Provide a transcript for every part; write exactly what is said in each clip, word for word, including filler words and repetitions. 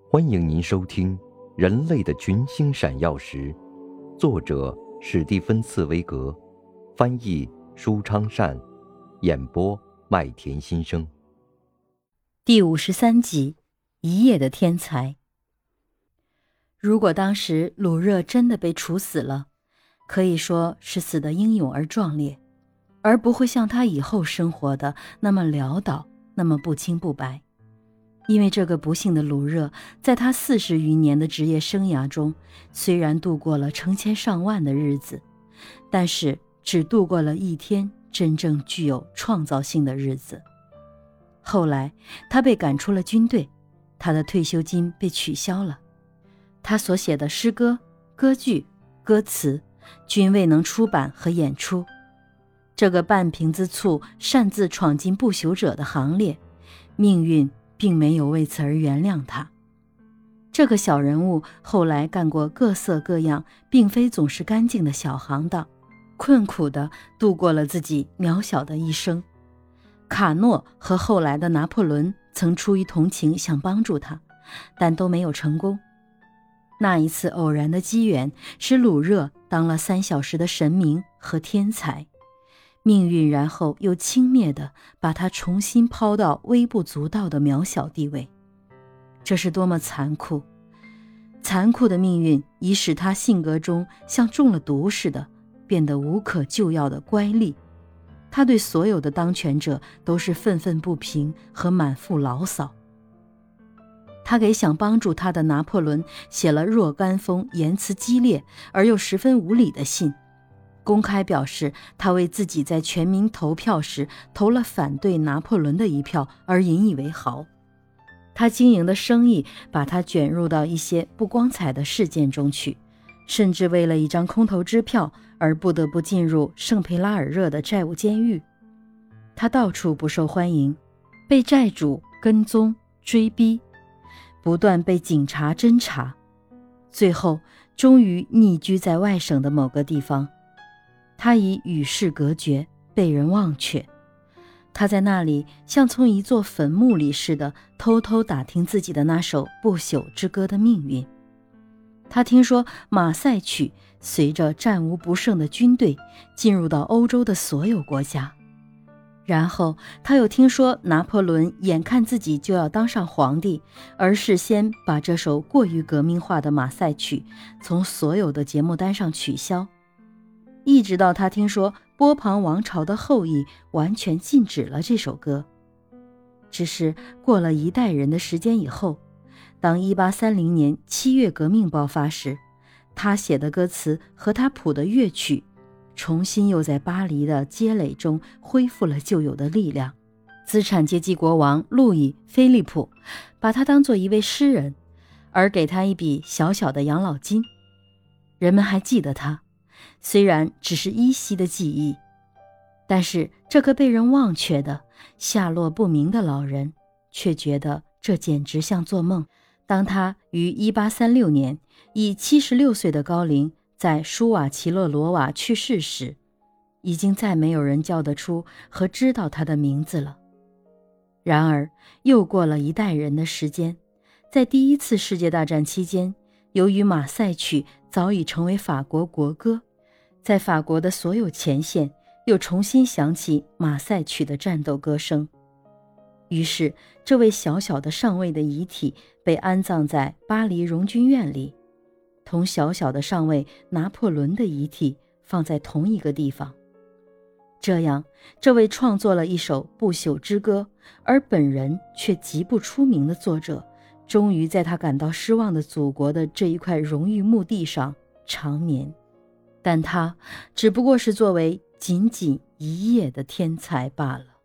欢迎您收听《人类的群星闪耀时》，作者史蒂芬·茨威格，翻译舒昌善，演播麦田心声。 第五十三集，一夜的天才。如果当时鲁热真的被处死了，可以说是死得英勇而壮烈，而不会像他以后生活的那么潦倒，那么不清不白。因为这个不幸的鲁热，在他四十余年的职业生涯中，虽然度过了成千上万的日子，但是只度过了一天真正具有创造性的日子。后来他被赶出了军队，他的退休金被取消了，他所写的诗歌、歌剧、歌词均未能出版和演出。这个半瓶子醋擅自闯进不朽者的行列，命运并没有为此而原谅他。这个小人物后来干过各色各样并非总是干净的小行当，困苦地度过了自己渺小的一生。卡诺和后来的拿破仑曾出于同情想帮助他，但都没有成功。那一次偶然的机缘使鲁热当了三小时的神明和天才，命运然后又轻蔑地把他重新抛到微不足道的渺小地位。这是多么残酷！残酷的命运已使他性格中像中了毒似的，变得无可救药的乖戾。他对所有的当权者都是愤愤不平和满腹牢骚。他给想帮助他的拿破仑写了若干封言辞激烈而又十分无理的信，公开表示他为自己在全民投票时投了反对拿破仑的一票而引以为豪。他经营的生意把他卷入到一些不光彩的事件中去，甚至为了一张空头支票而不得不进入圣佩拉尔热的债务监狱。他到处不受欢迎，被债主跟踪追逼，不断被警察侦查，最后终于匿居在外省的某个地方。他已与世隔绝，被人忘却。他在那里像从一座坟墓里似的偷偷打听自己的那首不朽之歌的命运。他听说马赛曲随着战无不胜的军队进入到欧洲的所有国家，然后他又听说拿破仑眼看自己就要当上皇帝，而事先把这首过于革命化的马赛曲从所有的节目单上取消，一直到他听说波旁王朝的后裔完全禁止了这首歌。只是过了一代人的时间以后，当一八三零年七月革命爆发时，他写的歌词和他谱的乐曲重新又在巴黎的街垒中恢复了旧有的力量。资产阶级国王路易·菲利普把他当作一位诗人，而给他一笔小小的养老金。人们还记得他，虽然只是依稀的记忆，但是这个被人忘却的下落不明的老人却觉得这简直像做梦。当他于一八三六年以七十六岁的高龄在舒瓦齐勒罗瓦去世时，已经再没有人叫得出和知道他的名字了。然而又过了一代人的时间，在第一次世界大战期间，由于马赛曲早已成为法国国歌，在法国的所有前线又重新响起马赛曲的战斗歌声。于是这位小小的上尉的遗体被安葬在巴黎荣军院里，同小小的上尉拿破仑的遗体放在同一个地方。这样，这位创作了一首不朽之歌而本人却极不出名的作者，终于在他感到失望的祖国的这一块荣誉墓地上长眠。但他只不过是作为仅仅一夜的天才罢了。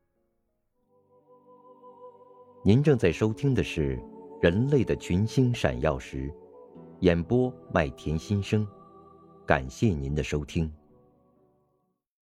您正在收听的是《人类的群星闪耀时》，演播麦田心声。感谢您的收听。